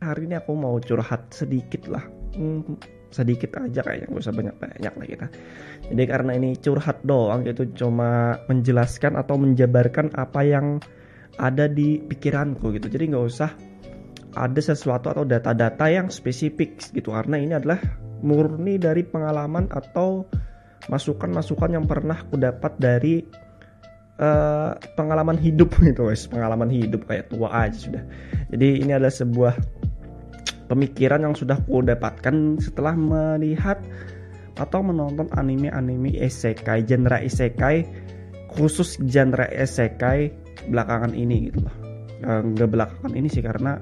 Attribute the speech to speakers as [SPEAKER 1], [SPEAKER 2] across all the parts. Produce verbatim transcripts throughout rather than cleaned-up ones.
[SPEAKER 1] Hari ini aku mau curhat sedikit lah, hmm, sedikit aja kayaknya, gak usah banyak-banyak lah kita. Jadi karena ini curhat doang, itu cuma menjelaskan atau menjabarkan apa yang ada di pikiranku gitu. Jadi gak usah ada sesuatu atau data-data yang spesifik gitu, karena ini adalah murni dari pengalaman atau masukan-masukan yang pernah aku dapat dari uh, pengalaman hidup gitu, guys. Pengalaman hidup kayak tua aja sudah. Jadi ini adalah sebuah pemikiran yang sudah aku dapatkan setelah melihat atau menonton anime-anime isekai, genre isekai, khusus genre isekai belakangan ini gitu loh. Enggak belakangan ini sih, karena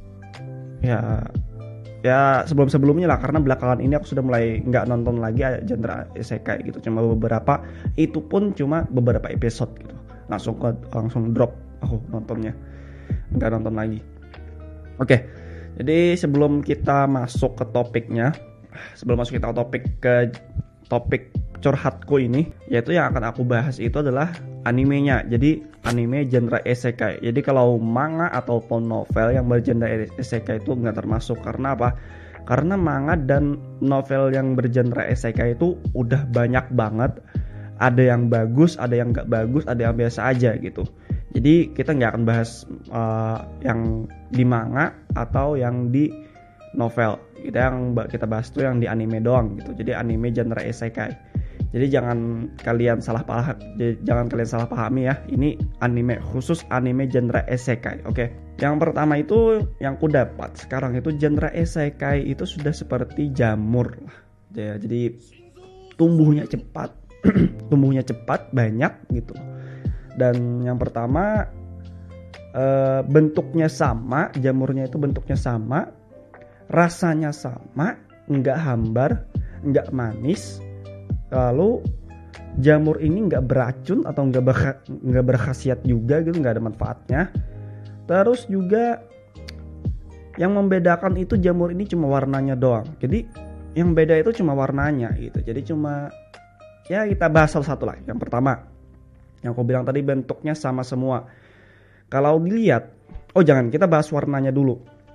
[SPEAKER 1] ya ya sebelum-sebelumnya lah, karena belakangan ini aku sudah mulai nggak nonton lagi genre isekai gitu, cuma beberapa, itu pun cuma beberapa episode gitu, langsung ke langsung drop aku nontonnya, nggak nonton lagi. Oke. Jadi sebelum kita masuk ke topiknya, sebelum masuk kita ke topik ke topik curhatku ini, yaitu yang akan aku bahas itu adalah animenya. Jadi anime genre isekai. Jadi kalau manga ataupun novel yang bergenre isekai itu nggak termasuk. Karena apa? Karena manga dan novel yang bergenre isekai itu udah banyak banget. Ada yang bagus, ada yang nggak bagus, ada yang biasa aja gitu. Jadi kita nggak akan bahas uh, yang di manga atau yang di novel. Kita yang kita bahas tuh yang di anime doang gitu. Jadi anime genre isekai. Jadi jangan kalian salah paham, jangan kalian salah pahami ya. Ini anime khusus anime genre isekai. Oke. Yang pertama itu yang ku dapat sekarang itu genre isekai itu sudah seperti jamur lah. Jadi tumbuhnya cepat, tumbuhnya cepat, banyak gitu. Dan yang pertama e, bentuknya sama, jamurnya itu bentuknya sama, rasanya sama, nggak hambar, nggak manis. Lalu jamur ini nggak beracun atau nggak berha- nggak berkhasiat juga gitu, nggak ada manfaatnya. Terus juga yang membedakan itu jamur ini cuma warnanya doang. Jadi yang beda itu cuma warnanya gitu. Jadi cuma ya kita bahas satu-satu lah. Yang pertama, yang aku bilang tadi bentuknya sama semua. Kalau dilihat, oh jangan, kita bahas warnanya dulu.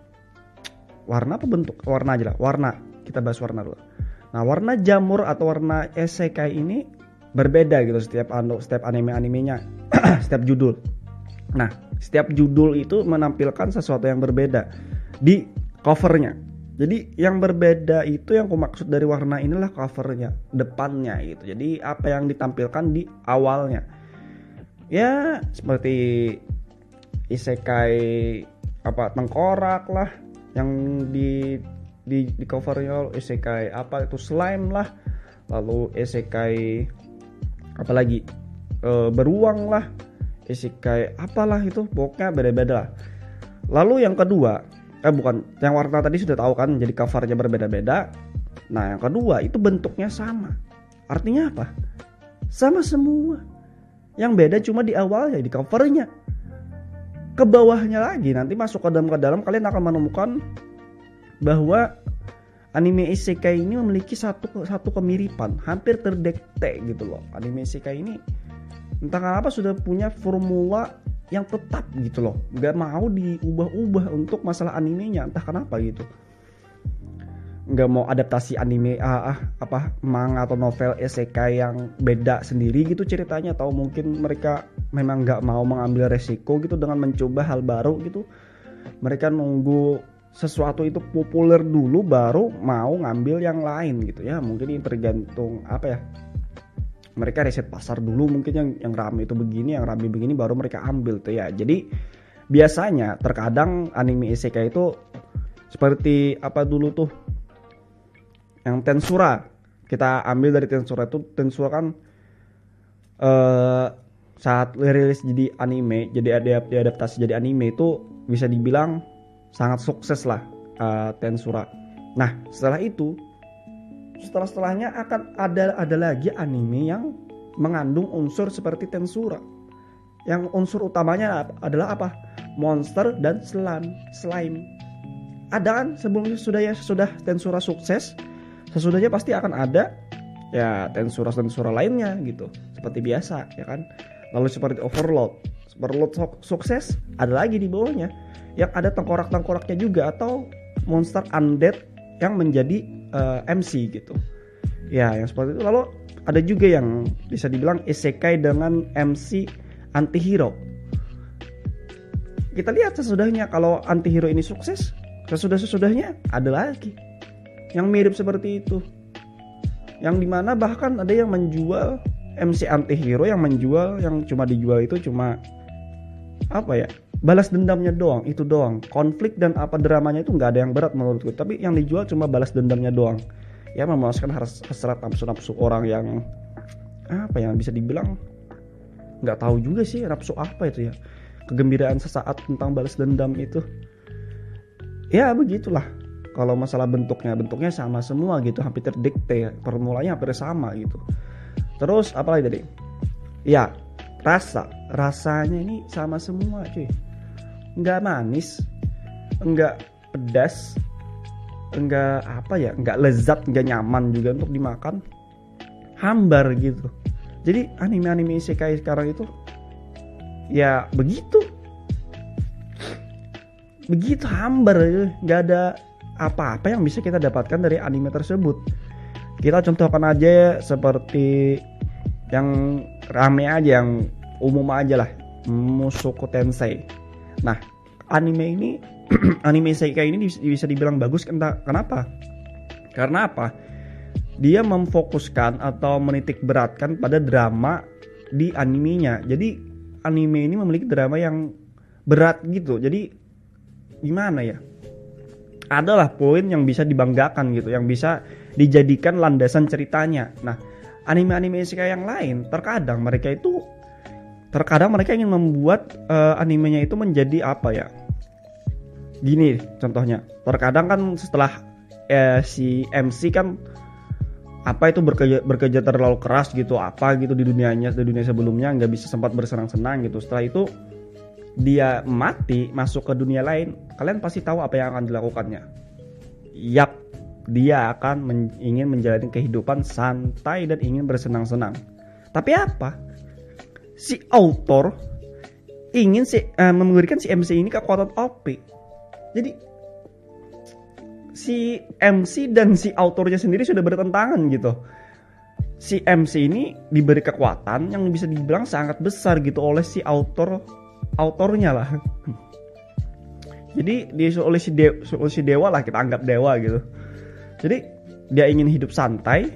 [SPEAKER 1] Warna apa bentuk? Warna aja lah, warna. Kita bahas warna dulu. Nah, warna jamur atau warna isekai ini berbeda gitu setiap anu, setiap anime-animenya, setiap judul. Nah, setiap judul itu menampilkan sesuatu yang berbeda di covernya. Jadi yang berbeda itu yang aku maksud dari warna inilah covernya, depannya gitu. Jadi apa yang ditampilkan di awalnya. Ya seperti isekai apa tengkorak lah yang di di di covernya, isekai apa itu slime lah, lalu isekai apa lagi e, beruang lah, isekai apalah itu, pokoknya beda-beda lah. Lalu yang kedua, eh bukan, yang warna tadi sudah tahu kan, jadi covernya berbeda-beda. Nah yang kedua itu bentuknya sama, artinya apa? Sama semua. Yang beda cuma di awalnya, di covernya. Ke bawahnya lagi, nanti masuk ke dalam ke dalam kalian akan menemukan bahwa anime isekai ini memiliki satu satu kemiripan, hampir terdetek gitu loh. Anime isekai ini entah kenapa sudah punya formula yang tetap gitu loh, nggak mau diubah-ubah untuk masalah animenya, entah kenapa gitu. Nggak mau adaptasi anime ah, ah apa manga atau novel isekai yang beda sendiri gitu ceritanya, atau mungkin mereka memang nggak mau mengambil resiko gitu dengan mencoba hal baru gitu. Mereka nunggu sesuatu itu populer dulu baru mau ngambil yang lain gitu ya. Mungkin ini tergantung apa ya, mereka riset pasar dulu, mungkin yang yang rame itu begini, yang rame begini baru mereka ambil tuh ya. Jadi biasanya terkadang anime isekai itu seperti apa dulu tuh, yang Tensura. Kita ambil dari Tensura itu, Tensura kan uh, saat rilis jadi anime, jadi ada diadaptasi jadi anime itu bisa dibilang sangat sukses lah uh, Tensura. Nah setelah itu, setelah setelahnya akan ada ada lagi anime yang mengandung unsur seperti Tensura. Yang unsur utamanya adalah apa? Monster dan slime. Slime. Ada kan sebelumnya, sudah ya, sudah Tensura sukses, sesudahnya pasti akan ada ya Tensura Tensura lainnya gitu, seperti biasa ya kan. Lalu seperti Overlord. Overlord sukses, ada lagi di bawahnya yang ada tengkorak-tengkoraknya juga, atau monster undead yang menjadi uh, M C gitu. Ya, yang seperti itu. Lalu ada juga yang bisa dibilang isekai dengan M C antihero. Kita lihat sesudahnya, kalau antihero ini sukses, sesudah-sesudahnya ada lagi yang mirip seperti itu. Yang dimana bahkan ada yang menjual M C antihero, yang menjual, yang cuma dijual itu cuma apa ya, balas dendamnya doang, itu doang. Konflik dan apa dramanya itu nggak ada yang berat menurutku, tapi yang dijual cuma balas dendamnya doang. Ya memuaskan hasrat nafsu-nafsu orang yang apa yang bisa dibilang nggak tahu juga sih nafsu apa itu ya, kegembiraan sesaat tentang balas dendam itu. Ya begitulah. Kalau masalah bentuknya, bentuknya sama semua gitu, hampir terdikte, formulanya hampir sama gitu. Terus apa lagi tadi? Ya, rasa, rasanya ini sama semua cuy. Nggak manis, nggak pedas, nggak apa ya, nggak lezat, nggak nyaman juga untuk dimakan, hambar gitu. Jadi anime-anime isekai sekarang itu ya begitu, begitu hambar, nggak ada apa-apa yang bisa kita dapatkan dari anime tersebut. Kita contohkan aja seperti yang rame aja, yang umum aja lah, Mushoku Tensei. Nah, anime ini anime isekai ini bisa dibilang bagus. Kenapa? Karena apa? Dia memfokuskan atau menitik beratkan pada drama di animenya. Jadi anime ini memiliki drama yang berat gitu. Jadi gimana ya? Adalah poin yang bisa dibanggakan gitu, yang bisa dijadikan landasan ceritanya. Nah, anime-anime isekai yang lain terkadang mereka itu terkadang mereka ingin membuat uh, animenya itu menjadi apa ya? Gini contohnya, terkadang kan setelah eh, si M C kan apa itu bekerja, bekerja terlalu keras gitu, apa gitu di dunianya, di dunia sebelumnya nggak bisa sempat bersenang-senang gitu. Setelah itu dia mati, masuk ke dunia lain, kalian pasti tahu apa yang akan dilakukannya. Yap, dia akan men- ingin menjalani kehidupan santai dan ingin bersenang-senang. Tapi apa? Si author ingin si, uh, memberikan si M C ini kekuatan O P. Jadi si M C dan si autornya sendiri sudah bertentangan gitu. Si M C ini diberi kekuatan yang bisa dibilang sangat besar gitu oleh si autor autornya lah. Jadi dia oleh si, de- oleh si dewa lah, kita anggap dewa gitu. Jadi dia ingin hidup santai,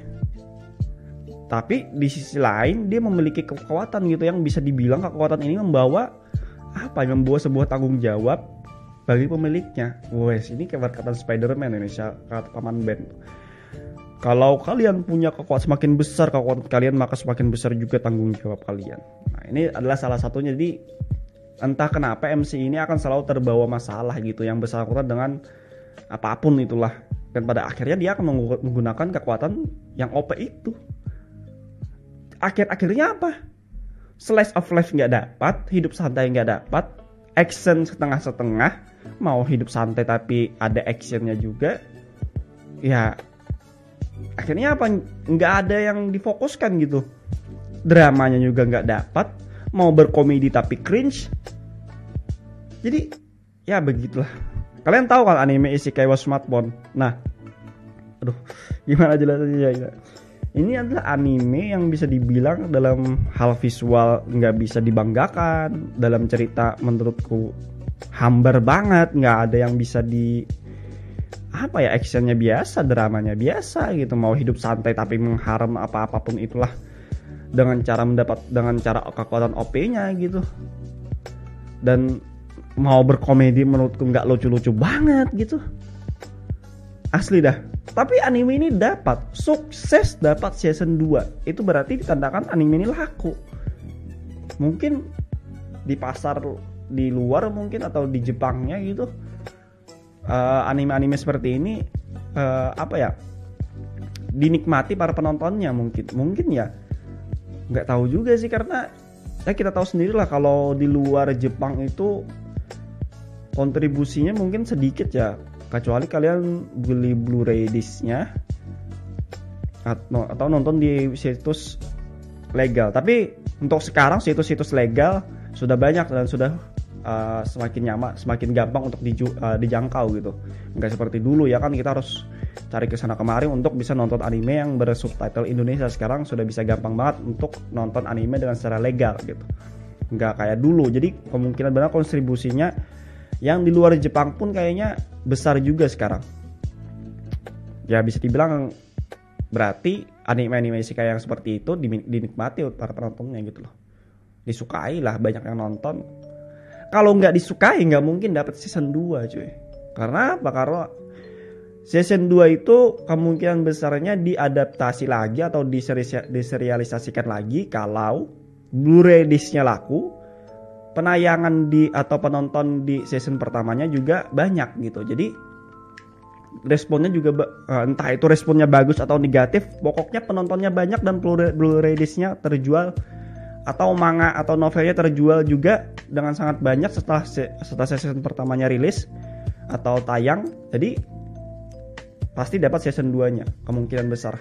[SPEAKER 1] tapi di sisi lain dia memiliki kekuatan gitu yang bisa dibilang kekuatan ini membawa apa? Membawa sebuah tanggung jawab bagi pemiliknya. Wes, ini kayak kata Spider-Man Indonesia, kata Paman Ben. Kalau kalian punya kekuatan semakin besar kekuatan kalian, maka semakin besar juga tanggung jawab kalian. Nah, ini adalah salah satunya. Jadi entah kenapa M C ini akan selalu terbawa masalah gitu yang bersangkutan dengan apapun itulah, dan pada akhirnya dia akan menggunakan kekuatan yang O P itu. Akhir-akhirnya apa? Slice of life nggak dapat, hidup santai nggak dapat, action setengah-setengah. Mau hidup santai tapi ada actionnya juga. Ya akhirnya apa? Nggak ada yang difokuskan gitu. Dramanya juga nggak dapat. Mau berkomedi tapi cringe. Jadi ya begitulah. Kalian tahu kan anime Isekai wa Smartphone? Nah, aduh, gimana jelasannya ya? Ini adalah anime yang bisa dibilang dalam hal visual nggak bisa dibanggakan. Dalam cerita menurutku hambar banget, nggak ada yang bisa di apa ya, actionnya biasa, dramanya biasa gitu. Mau hidup santai tapi mengharem apa-apapun itulah dengan cara mendapat dengan cara kekuatan O P-nya gitu. Dan mau berkomedi menurutku nggak lucu-lucu banget gitu. Asli dah. Tapi anime ini dapat sukses, dapat season dua. Itu berarti ditandakan anime ini laku. Mungkin di pasar di luar mungkin atau di Jepangnya gitu, uh, anime-anime seperti ini uh, apa ya, dinikmati para penontonnya mungkin. Mungkin ya. Nggak tahu juga sih, karena ya kita tahu sendiri lah kalau di luar Jepang itu kontribusinya mungkin sedikit ya, kecuali kalian beli Blu-ray disc-nya atau, atau nonton di situs legal. Tapi untuk sekarang situs-situs legal sudah banyak dan sudah uh, semakin nyaman, semakin gampang untuk diju, uh, dijangkau gitu. Nggak seperti dulu ya kan, kita harus cari kesana kemari untuk bisa nonton anime yang bersubtitle Indonesia. Sekarang sudah bisa gampang banget untuk nonton anime dengan secara legal gitu. Nggak kayak dulu. Jadi kemungkinan benar kontribusinya yang di luar Jepang pun kayaknya besar juga sekarang. Ya bisa dibilang berarti anime-anime isekai yang seperti itu dinikmati oleh para penontonnya gitu loh. Disukai lah, banyak yang nonton. Kalau nggak disukai nggak mungkin dapat season dua cuy. Karena apa? Karena season dua itu kemungkinan besarnya diadaptasi lagi atau diserialisasikan lagi kalau Blu-ray disc-nya laku, penayangan di atau penonton di season pertamanya juga banyak gitu. Jadi responnya juga entah itu responnya bagus atau negatif, pokoknya penontonnya banyak dan Blu-ray disc-nya terjual atau manga atau novelnya terjual juga dengan sangat banyak setelah setelah season pertamanya rilis atau tayang. Jadi pasti dapat season dua-nya kemungkinan besar.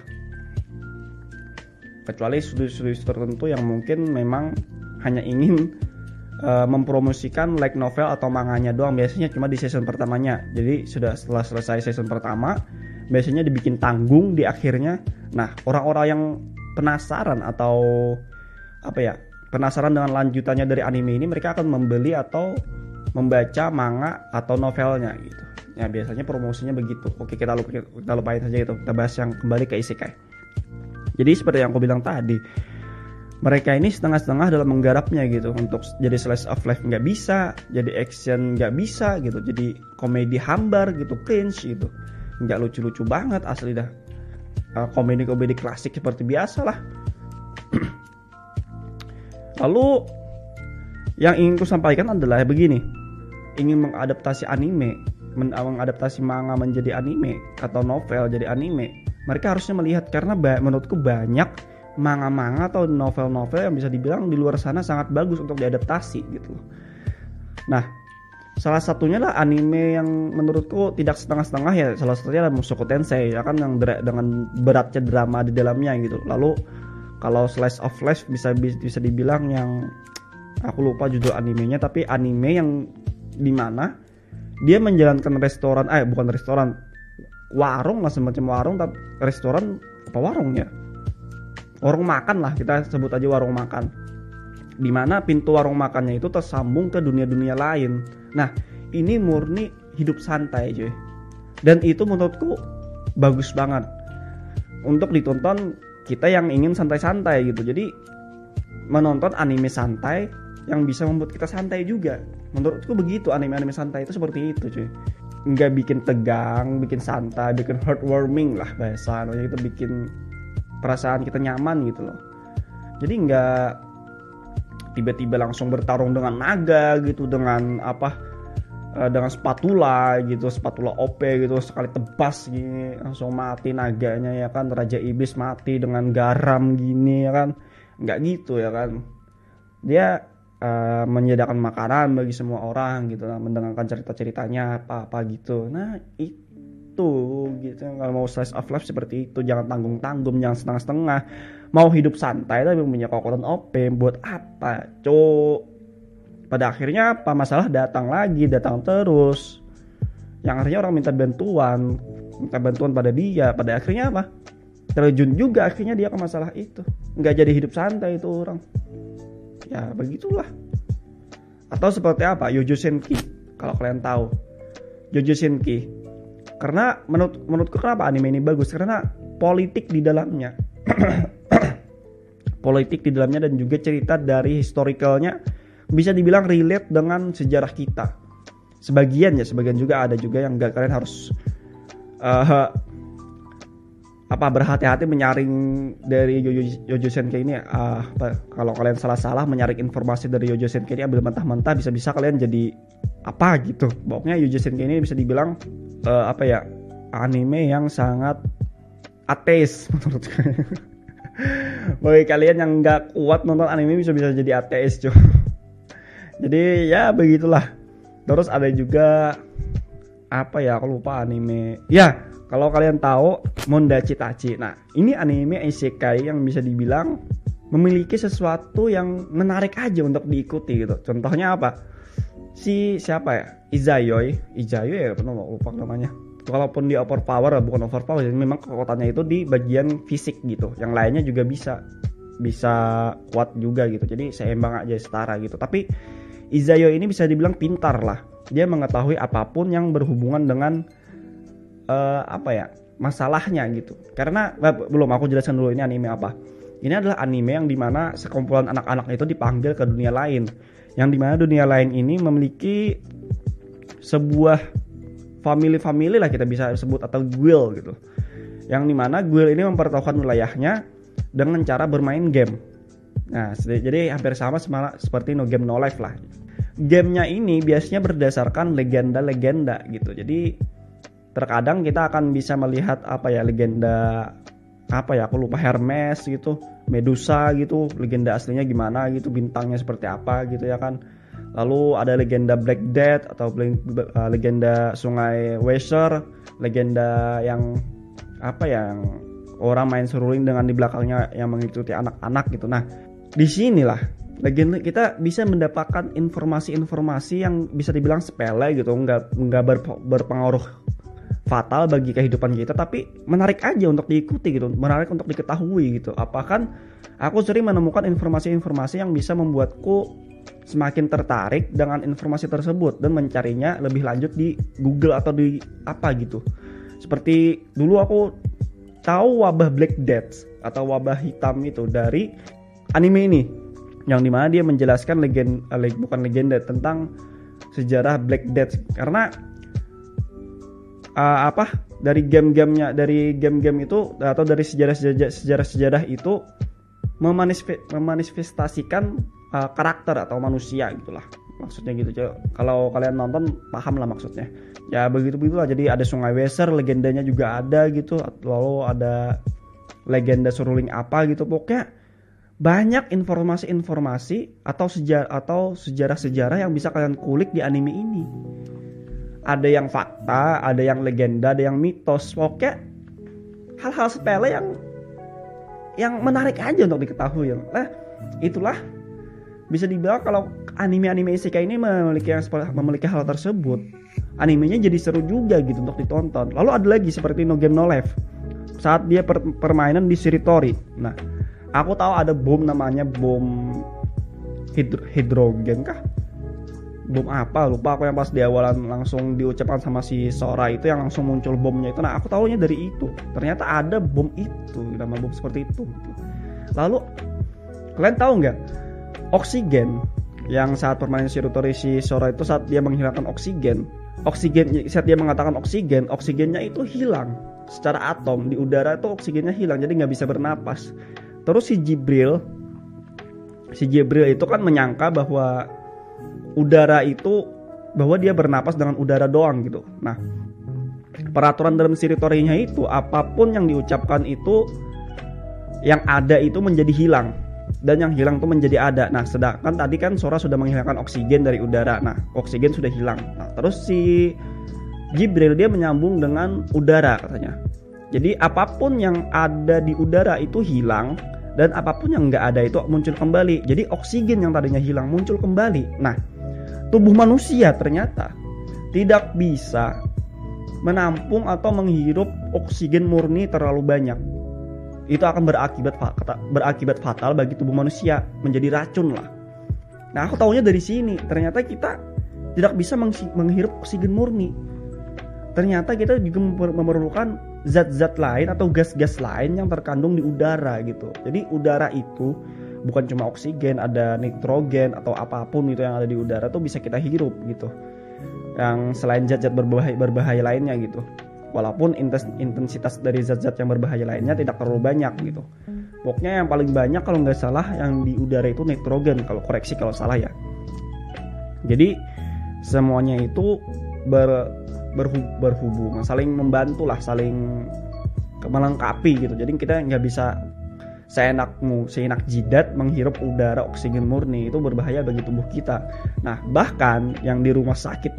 [SPEAKER 1] Kecuali studio-studio tertentu yang mungkin memang hanya ingin Uh, mempromosikan light novel atau manganya doang, biasanya cuma di season pertamanya. Jadi sudah setelah selesai season pertama biasanya dibikin tanggung di akhirnya. Nah, orang-orang yang penasaran atau apa ya, penasaran dengan lanjutannya dari anime ini, mereka akan membeli atau membaca manga atau novelnya gitu. Ya biasanya promosinya begitu. Oke, kita lupain, kita lupain saja itu. Kita bahas yang kembali ke isekai. Jadi seperti yang aku bilang tadi, mereka ini setengah-setengah dalam menggarapnya gitu. Untuk jadi slice of life nggak bisa, jadi action nggak bisa gitu, jadi komedi hambar gitu, cringe gitu, nggak lucu-lucu banget asli dah. Uh, komedi-komedi klasik seperti biasa lah. Lalu yang ingin ku sampaikan adalah begini, ingin mengadaptasi anime, mengadaptasi manga menjadi anime atau novel jadi anime, mereka harusnya melihat, karena menurutku banyak manga-manga atau novel-novel yang bisa dibilang di luar sana sangat bagus untuk diadaptasi gitu loh. Nah, salah satunya lah anime yang menurutku tidak setengah-setengah ya, salah satunya adalah Mushoku Tensei ya kan, yang dengan beratnya drama di dalamnya gitu. Lalu kalau slice of life bisa bisa dibilang yang aku lupa judul animenya, tapi anime yang dimana dia menjalankan restoran, eh bukan restoran, warung lah, semacam warung tapi restoran apa warung ya? Warung makan lah, kita sebut aja warung makan, dimana pintu warung makannya itu tersambung ke dunia-dunia lain. Nah ini murni hidup santai cuy, dan itu menurutku bagus banget untuk ditonton kita yang ingin santai-santai gitu. Jadi menonton anime santai yang bisa membuat kita santai juga, menurutku begitu. Anime-anime santai itu seperti itu cuy, nggak bikin tegang, bikin santai, bikin heartwarming lah bahasanya, itu bikin perasaan kita nyaman gitu loh. Jadi nggak tiba-tiba langsung bertarung dengan naga gitu, dengan apa, dengan spatula gitu, spatula O P gitu, sekali tebas gini langsung mati naganya ya kan, Raja Iblis mati dengan garam gini ya kan, nggak gitu ya kan. Dia uh, menyediakan makanan bagi semua orang gitu, mendengarkan cerita-ceritanya apa-apa gitu. Nah itu gitu, kalau mau slice of life seperti itu jangan tanggung-tanggung, jangan setengah-setengah. Mau hidup santai tapi punya kekuatan O P, buat apa cok? Pada akhirnya apa, masalah datang lagi, datang terus, yang akhirnya orang minta bantuan minta bantuan pada dia, pada akhirnya apa, terjun juga akhirnya dia ke masalah itu, nggak jadi hidup santai itu orang. Ya begitulah. Atau seperti apa, Yojo Senki, kalau kalian tahu Yojo Senki. Karena menurut menurutku kenapa anime ini bagus, karena politik di dalamnya politik di dalamnya dan juga cerita dari historicalnya bisa dibilang relate dengan sejarah kita. Sebagian ya, sebagian juga ada juga yang enggak. Kalian harus uh, apa berhati-hati menyaring dari Yojo Senki ini. Uh, apa, kalau kalian salah-salah menyaring informasi dari Yojo Senki ini, ambil mentah-mentah, bisa-bisa kalian jadi apa gitu. Pokoknya Yojo Senki ini bisa dibilang uh, apa ya, anime yang sangat ateis menurutku. Bagi kalian yang nggak kuat nonton anime bisa-bisa jadi ateis cuy. Jadi ya begitulah. Terus ada juga apa ya, aku lupa anime. Ya, kalau kalian tahu Mondachi Tachi. Nah, ini anime isekai yang bisa dibilang memiliki sesuatu yang menarik aja untuk diikuti gitu. Contohnya apa? Si siapa ya? Izayoi, Izayoi ya, pernah lupa namanya. Walaupun dia overpower, bukan overpower, jadi memang kekuatannya itu di bagian fisik gitu. Yang lainnya juga bisa bisa kuat juga gitu. Jadi seimbang aja, setara gitu. Tapi Izayoi ini bisa dibilang pintar lah. Dia mengetahui apapun yang berhubungan dengan uh, apa ya? masalahnya gitu. Karena eh, belum aku jelaskan dulu ini anime apa. Ini adalah anime yang dimana sekumpulan anak-anak itu dipanggil ke dunia lain. Yang dimana dunia lain ini memiliki sebuah family-family lah kita bisa sebut, atau guild gitu. Yang dimana guild ini mempertaruhkan wilayahnya dengan cara bermain game. Nah, jadi hampir sama seperti No Game No Life lah. Gamenya ini biasanya berdasarkan legenda-legenda gitu. Jadi terkadang kita akan bisa melihat apa ya, legenda apa ya, aku lupa, Hermes gitu, Medusa gitu, legenda aslinya gimana gitu, bintangnya seperti apa gitu ya kan. Lalu ada legenda Black Death atau uh, legenda Sungai Weser, legenda yang apa ya, yang orang main seruling dengan di belakangnya yang mengikuti anak-anak gitu. Nah, disinilah legenda kita bisa mendapatkan informasi-informasi yang bisa dibilang sepele gitu, nggak nggak berpengaruh fatal bagi kehidupan kita, tapi menarik aja untuk diikuti gitu, menarik untuk diketahui gitu. Apakah aku sering menemukan informasi-informasi yang bisa membuatku semakin tertarik dengan informasi tersebut dan mencarinya lebih lanjut di Google atau di apa gitu. Seperti dulu aku tahu wabah Black Death atau wabah hitam itu dari anime ini, yang dimana dia menjelaskan legenda, bukan legenda, tentang sejarah Black Death. Karena Uh, apa dari game-gamenya dari game-game itu atau dari sejarah-sejarah itu memanifestasikan uh, karakter atau manusia gitulah, maksudnya gitu. Kalau kalian nonton paham lah maksudnya. Ya begitu begitulah. Jadi ada Sungai Weser, legendanya juga ada gitu. Lalu ada legenda seruling apa gitu. Pokoknya banyak informasi-informasi atau sejarah atau sejarah-sejarah yang bisa kalian kulik di anime ini. Ada yang fakta, ada yang legenda, ada yang mitos. Pokoknya hal-hal sepele yang yang menarik aja untuk diketahui. Nah, itulah bisa dibilang kalau anime-anime isekai ini memiliki yang memiliki hal tersebut, animenya jadi seru juga gitu untuk ditonton. Lalu ada lagi seperti No Game No Life. Saat dia per, permainan di Shiritori. Nah, aku tahu ada bom namanya bom hidro, hidrogen kah? Bom apa lupa aku, yang pas di awalan langsung diucapkan sama si Sora itu yang langsung muncul bomnya itu. Nah, aku tahunya dari itu. Ternyata ada bom itu, nama bom seperti itu. Lalu kalian tahu nggak oksigen yang saat permainan Shiritori si Sora itu, saat dia menghilangkan oksigen, oksigen saat dia mengatakan oksigen, oksigennya itu hilang secara atom di udara itu, oksigennya hilang, jadi nggak bisa bernapas. Terus si Jibril, si Jibril itu kan menyangka bahwa udara itu, bahwa dia bernapas dengan udara doang gitu. Nah, peraturan dalam Shiritori-nya itu apapun yang diucapkan itu, yang ada itu menjadi hilang, dan yang hilang itu menjadi ada. Nah, sedangkan tadi kan Sora sudah menghilangkan oksigen dari udara. Nah, oksigen sudah hilang. Nah, terus si Jibril dia menyambung dengan udara katanya. Jadi apapun yang ada di udara itu hilang, dan apapun yang nggak ada itu muncul kembali. Jadi oksigen yang tadinya hilang muncul kembali. Nah, tubuh manusia ternyata tidak bisa menampung atau menghirup oksigen murni terlalu banyak. Itu akan berakibat berakibat fatal bagi tubuh manusia, menjadi racun lah. Nah, aku tahunya dari sini. Ternyata kita tidak bisa menghirup oksigen murni. Ternyata kita juga memerlukan zat-zat lain atau gas-gas lain yang terkandung di udara gitu. Jadi udara itu bukan cuma oksigen, ada nitrogen atau apapun itu yang ada di udara tuh bisa kita hirup gitu. Yang selain zat-zat berbahaya, berbahaya lainnya gitu. Walaupun intensitas dari zat-zat yang berbahaya lainnya tidak terlalu banyak gitu. Pokoknya yang paling banyak kalau nggak salah yang di udara itu nitrogen, kalau koreksi kalau salah ya. Jadi semuanya itu ber, berhub, berhubungan, saling membantu lah, saling melengkapi gitu. Jadi kita nggak bisa seenakmu, seenak jidat menghirup udara oksigen murni, itu berbahaya bagi tubuh kita. Nah, bahkan yang di rumah sakit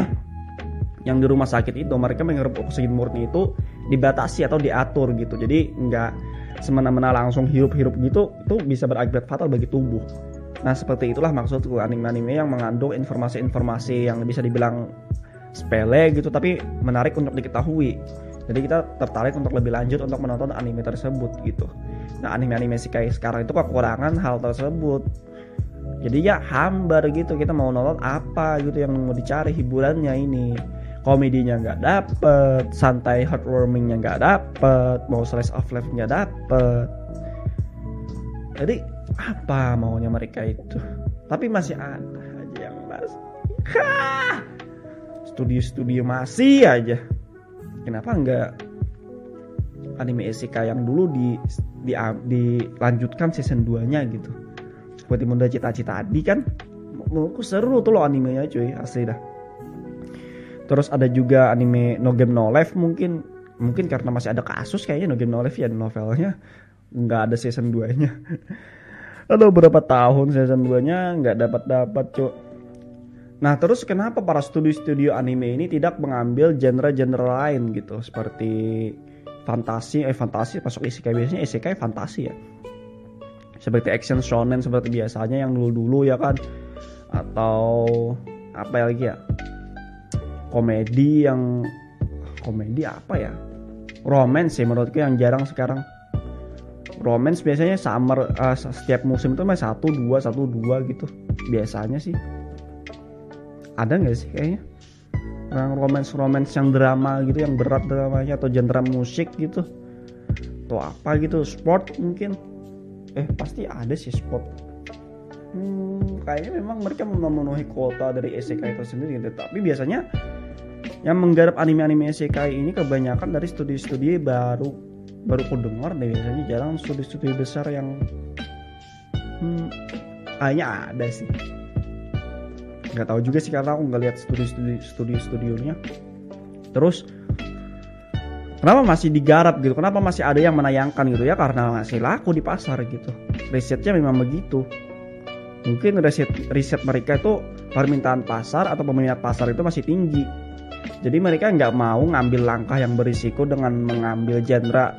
[SPEAKER 1] yang di rumah sakit itu mereka menghirup oksigen murni itu dibatasi atau diatur gitu. Jadi nggak semena-mena langsung hirup-hirup gitu, itu bisa berakibat fatal bagi tubuh. Nah seperti itulah maksudku, anime-anime yang mengandung informasi-informasi yang bisa dibilang sepele gitu tapi menarik untuk diketahui. Jadi kita tertarik untuk lebih lanjut untuk menonton anime tersebut gitu. Nah anime-anime isekai sekarang itu kekurangan hal tersebut. Jadi ya hambar gitu, kita mau nonton apa gitu yang mau dicari hiburannya ini. Komedinya nggak dapet, santai heartwarmingnya nggak dapet, mau slice of life nggak dapet. Jadi apa maunya mereka itu? Tapi masih ada aja yang masih. Studio-studio masih aja. Kenapa nggak anime isekai yang dulu di, di dilanjutkan season dua-nya gitu? Seperti Munda Cita-Cita tadi kan, menurutku seru tuh loh animenya cuy, asli dah. Terus ada juga anime No Game No Life, mungkin mungkin karena masih ada kasus kayaknya No Game No Life ya, novelnya nggak ada season dua-nya. Ada berapa tahun season dua-nya nggak dapat-dapat cuy. Nah terus kenapa para studio-studio anime ini tidak mengambil genre-genre lain gitu, seperti fantasi, eh fantasi masuk isekai, biasanya isekai fantasi ya. Seperti action shonen seperti biasanya yang dulu-dulu ya kan, atau apa lagi ya, komedi yang komedi apa ya, romance sih menurutku yang jarang sekarang. Romance biasanya summer, uh, setiap musim itu masih satu dua satu dua gitu biasanya sih. Ada nggak sih kayaknya yang romance romance yang drama gitu, yang berat dramanya, atau genre musik gitu, atau apa gitu, sport mungkin. Eh pasti ada sih sport. Hmm, kayaknya memang mereka memenuhi kuota dari isekai itu sendiri gitu. Tapi biasanya yang menggarap anime-anime isekai ini kebanyakan dari studio-studio baru baru ku dengar deh, biasanya jarang studio-studio besar yang hmm, kayaknya ada sih. Nggak tahu juga sih karena aku nggak lihat studio-studio studio-studionya. Terus kenapa masih digarap gitu? Kenapa masih ada yang menayangkan gitu ya? Karena masih laku di pasar gitu. Risetnya memang begitu. Mungkin riset riset mereka itu permintaan pasar atau peminat pasar itu masih tinggi. Jadi mereka nggak mau ngambil langkah yang berisiko dengan mengambil genre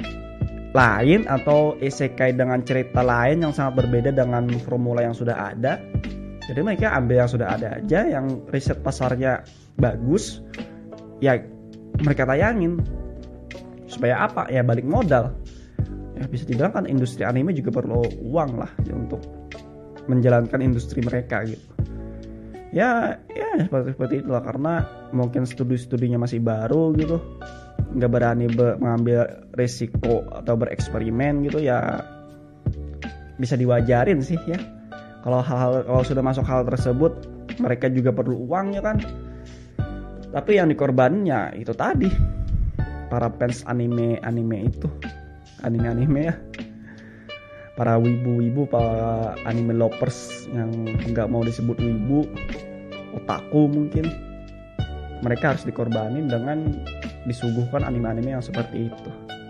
[SPEAKER 1] lain atau isekai dengan cerita lain yang sangat berbeda dengan formula yang sudah ada. Jadi mereka ambil yang sudah ada aja, yang riset pasarnya bagus, ya mereka tayangin. Supaya apa? Ya balik modal. Ya bisa dibilang kan industri anime juga perlu uang lah ya, untuk menjalankan industri mereka gitu. Ya, ya seperti seperti itulah, karena mungkin studi-studinya masih baru gitu, nggak berani be- mengambil risiko atau bereksperimen gitu ya, bisa diwajarin sih ya. Kalau hal-hal kalau sudah masuk hal tersebut, mereka juga perlu uang ya kan. Tapi yang dikorbanin ya itu tadi, para fans anime anime itu, anime anime ya, para wibu-wibu, para anime lovers yang nggak mau disebut wibu, otaku mungkin, mereka harus dikorbanin dengan disuguhkan anime-anime yang seperti itu.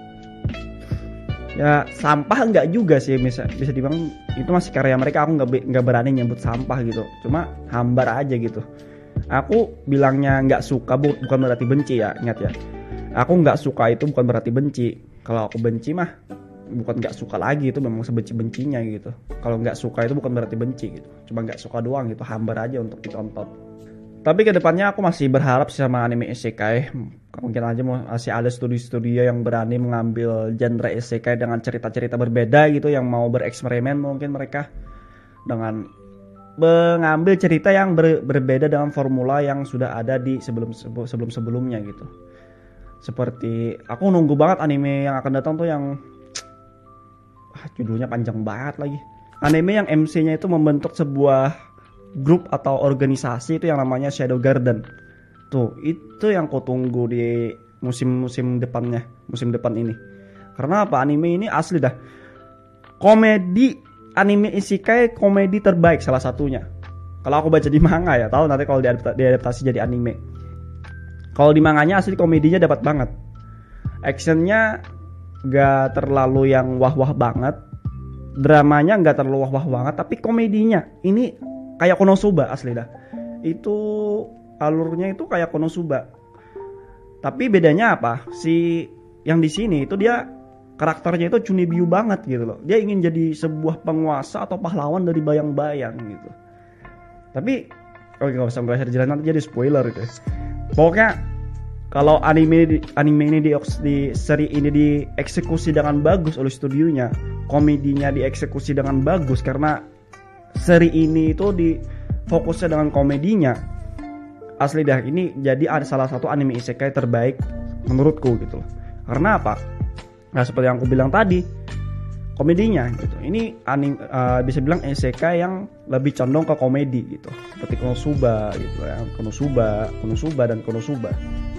[SPEAKER 1] Ya sampah nggak juga sih, bisa bisa dibilang itu masih karya mereka. Aku nggak nggak berani nyebut sampah gitu, cuma hambar aja gitu. Aku bilangnya nggak suka bu, bukan berarti benci ya, ingat ya. Aku nggak suka itu bukan berarti benci. Kalau aku benci mah bukan nggak suka lagi, itu memang sebenci-bencinya gitu. Kalau nggak suka itu bukan berarti benci gitu, cuma nggak suka doang gitu, hambar aja untuk ditonton. Tapi kedepannya aku masih berharap sama anime isekai, mungkin aja masih ada studio-studio yang berani mengambil genre isekai dengan cerita-cerita berbeda gitu, yang mau bereksperimen mungkin mereka dengan mengambil cerita yang ber, berbeda dengan formula yang sudah ada di sebelum sebelum sebelumnya gitu. Seperti aku nunggu banget anime yang akan datang tuh yang ah, judulnya panjang banget lagi. Anime yang M C-nya itu membentuk sebuah grup atau organisasi itu yang namanya Shadow Garden. Tuh, itu yang ku tunggu di musim-musim depannya, musim depan ini. Karena apa? Anime ini asli dah. Komedi, anime isekai komedi terbaik salah satunya. Kalau aku baca di manga ya, tahu nanti kalau diadaptasi jadi anime. Kalau di manganya asli komedinya dapat banget. Actionnya gak terlalu yang wah-wah banget. Dramanya gak terlalu wah-wah banget, tapi komedinya ini kayak Konosuba asli dah. Itu alurnya itu kayak Konosuba. Tapi bedanya apa? Si yang di sini itu dia karakternya itu Chunibyo banget gitu loh. Dia ingin jadi sebuah penguasa atau pahlawan dari bayang-bayang gitu. Tapi oke, nggak usah bahas jelas nanti jadi spoiler gitu. Pokoknya kalau anime anime ini di, di seri ini dieksekusi dengan bagus oleh studionya, komedinya dieksekusi dengan bagus karena seri ini itu di fokusnya dengan komedinya. Asli dah, ini jadi ada salah satu anime isekai terbaik menurutku gitu loh. Karena apa? Nah, seperti yang aku bilang tadi, komedinya gitu. Ini anime uh, bisa bilang isekai yang lebih condong ke komedi gitu. Seperti Konosuba gitu ya. Konosuba, Konosuba dan Konosuba.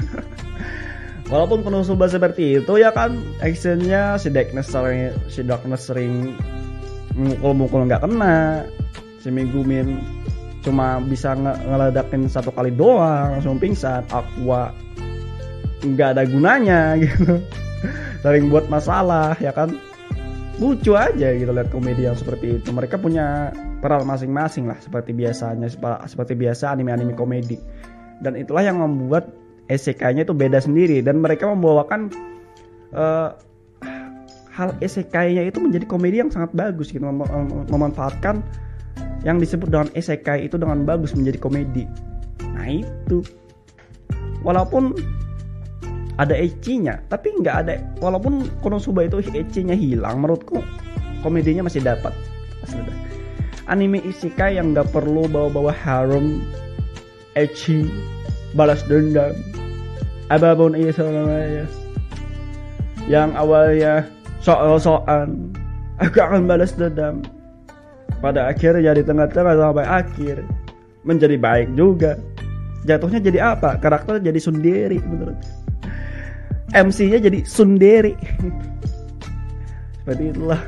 [SPEAKER 1] Walaupun Konosuba seperti itu ya kan, actionnya si Darkness sering si Darkness sering mukul-mukul nggak kena. Si Megumin cuma bisa nge- ngeledakin satu kali doang langsung pingsan. Aqua nggak ada gunanya gitu. Sering buat masalah ya kan, lucu aja gitu lihat komedi yang seperti itu. Mereka punya peran masing-masing lah seperti biasanya, seperti biasa anime-anime komedi, dan itulah yang membuat isekai-nya itu beda sendiri, dan mereka membawakan uh, hal isekai-nya itu menjadi komedi yang sangat bagus gitu, mem- mem- memanfaatkan yang disebut dengan isekai itu dengan bagus menjadi komedi. Nah itu, walaupun ada ecchinya, tapi nggak ada. Walaupun Konosuba itu ecchinya hilang, menurutku komedinya masih dapat. Anime isekai yang nggak perlu bawa-bawa harem, ecchi, balas dendam, apapun itu namanya. Yang awalnya sok-sokan, aku akan balas dendam, pada akhirnya di tengah-tengah sampai akhir menjadi baik juga. Jatuhnya jadi apa? Karakter jadi sunderi menurut. M C-nya jadi sunderi. Seperti itulah.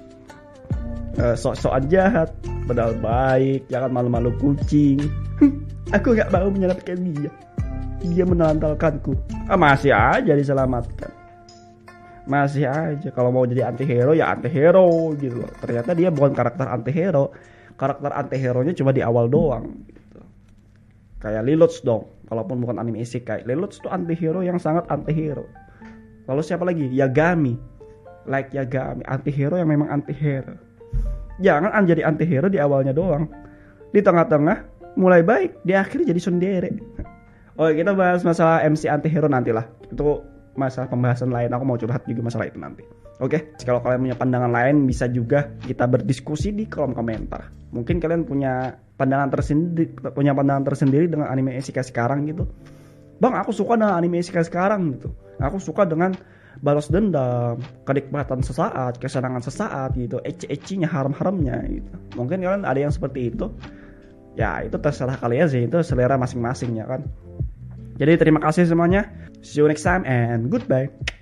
[SPEAKER 1] Uh, sok-sokan jahat padahal baik, jangan malu-malu kucing. Aku gak mau menyelamatkan dia, dia menantalkanku. Ah, masih aja diselamatkan. Masih aja kalau mau jadi anti-hero ya anti-hero gitu loh. Ternyata dia bukan karakter anti-hero. Karakter anti-hero-nya cuma di awal doang gitu. Kayak Lelouch dong, walaupun bukan anime isekai. Lelouch itu anti-hero yang sangat anti-hero. Lalu siapa lagi? Yagami. Like Yagami, anti-hero yang memang anti-hero. Jangan jadi anti-hero di awalnya doang. Di tengah-tengah mulai baik, di akhir jadi sundere. Oke, kita bahas masalah M C anti-hero nantilah. Itu masalah pembahasan lain. Aku mau curhat juga masalah itu nanti. Oke, kalau kalian punya pandangan lain bisa juga kita berdiskusi di kolom komentar. Mungkin kalian punya pandangan tersendiri, punya pandangan tersendiri dengan anime isekai sekarang gitu. Bang, aku suka dengan anime isekai sekarang gitu. Aku suka dengan balas dendam, kenikmatan sesaat, kesenangan sesaat gitu, ecci-eccinya, haram-haramnya gitu. Mungkin kalian ada yang seperti itu. Ya, itu terserah kalian sih, itu selera masing-masing ya kan. Jadi terima kasih semuanya. See you next time and goodbye.